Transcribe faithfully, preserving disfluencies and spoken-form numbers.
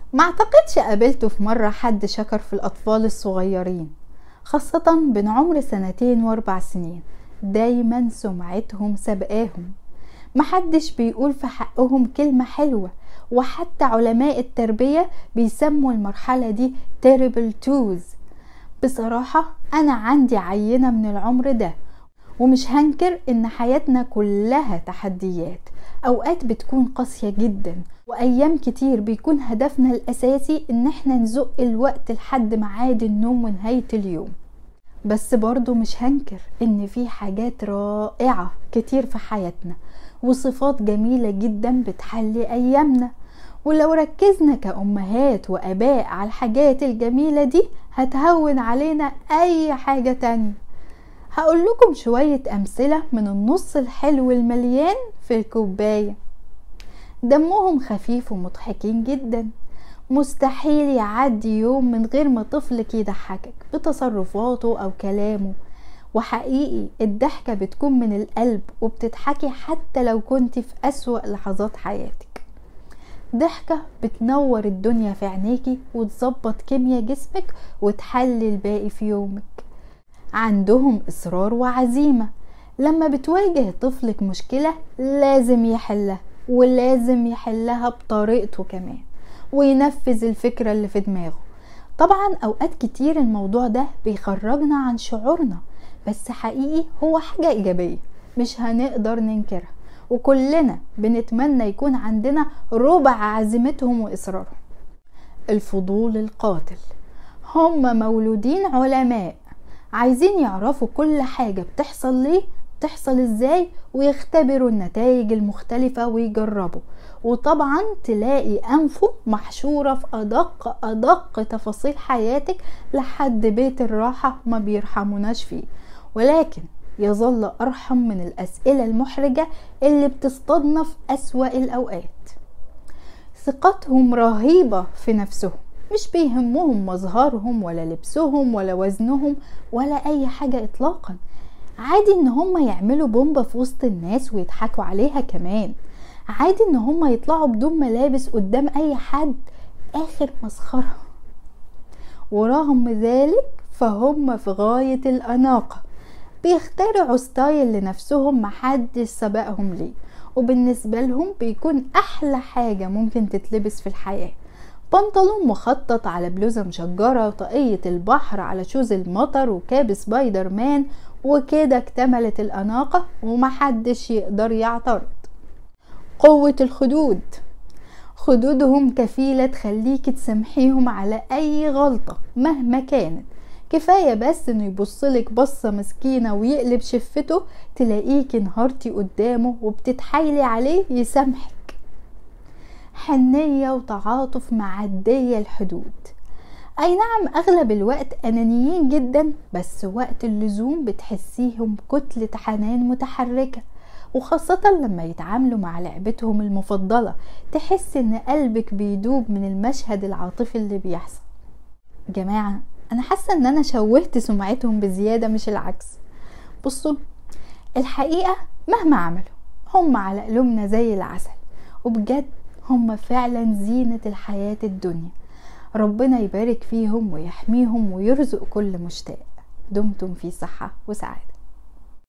ما اعتقدش قابلته في مرة حد شكر في الأطفال الصغيرين، خاصة بين عمر سنتين واربع سنين. دايما سمعتهم سبقاهم، محدش بيقول في حقهم كلمة حلوة، وحتى علماء التربية بيسموا المرحلة دي terrible twos. بصراحة أنا عندي عينة من العمر ده، ومش هنكر إن حياتنا كلها تحديات، أوقات بتكون قاسية جدا، وأيام كتير بيكون هدفنا الأساسي إن احنا نزق الوقت لحد ميعاد النوم ونهاية اليوم. بس برضو مش هنكر إن في حاجات رائعة كتير في حياتنا، وصفات جميلة جدا بتحلي أيامنا، ولو ركزنا كأمهات وأباء على الحاجات الجميلة دي هتهون علينا أي حاجة تانية. هقول لكم شوية أمثلة من النص الحلو المليان في الكوباية. دمهم خفيف ومضحكين جدا، مستحيل يعدي يوم من غير ما طفلك يضحكك بتصرفاته أو كلامه، وحقيقي الضحكة بتكون من القلب وبتضحكي حتى لو كنت في أسوأ لحظات حياتك. ضحكة بتنور الدنيا في عينيكي وتظبط كيمياء جسمك وتحلي الباقي في يومك. عندهم إصرار وعزيمة، لما بتواجه طفلك مشكلة لازم يحلها، ولازم يحلها بطريقته كمان، وينفذ الفكرة اللي في دماغه. طبعا أوقات كتير الموضوع ده بيخرجنا عن شعورنا، بس حقيقي هو حاجة إيجابية مش هنقدر ننكرها، وكلنا بنتمنى يكون عندنا ربع عزيمتهم وإصرارهم. الفضول القاتل، هم مولودين علماء، عايزين يعرفوا كل حاجة بتحصل ليه، بتحصل ازاي، ويختبروا النتائج المختلفة ويجربوا. وطبعا تلاقي أنفه محشورة في أدق أدق تفاصيل حياتك لحد بيت الراحة ما بيرحموناش فيه، ولكن يظل أرحم من الأسئلة المحرجة اللي بتصطادنا في أسوأ الأوقات. ثقتهم رهيبة في نفسهم، مش بيهمهم مظهرهم ولا لبسهم ولا وزنهم ولا أي حاجة إطلاقا. عادي إن هم يعملوا بومبا في وسط الناس ويضحكوا عليها كمان، عادي إن هم يطلعوا بدون ملابس قدام أي حد، آخر مسخرة. ورغم ذلك فهم في غاية الأناقة، بيخترعوا ستايل لنفسهم محدش سبقهم ليه، وبالنسبة لهم بيكون أحلى حاجة ممكن تتلبس في الحياة. بنطلون مخطط على بلوزة مشجرة، وطاقية البحر على شوز المطر، وكاب سبايدر مان، وكده اكتملت الأناقة ومحدش يقدر يعترض. قوة الخدود، خدودهم كفيلة تخليك تسامحيهم على أي غلطة مهما كانت، كفاية بس انه يبصلك بصة مسكينة ويقلب شفته تلاقيك انهارتي قدامه وبتتحايلي عليه يسامحك. حنية وتعاطف معدية الحدود، اي نعم اغلب الوقت انانيين جدا، بس وقت اللزوم بتحسيهم كتلة حنان متحركة، وخاصة لما يتعاملوا مع لعبتهم المفضلة تحس ان قلبك بيدوب من المشهد العاطفي اللي بيحصل. جماعة انا حاسة ان انا شوهت سمعتهم بزيادة مش العكس. بصوا، الحقيقة مهما عملوا هم على قلوبنا زي العسل، وبجد هم فعلا زينة الحياة الدنيا. ربنا يبارك فيهم ويحميهم ويرزق كل مشتاق. دمتم في صحة وسعادة.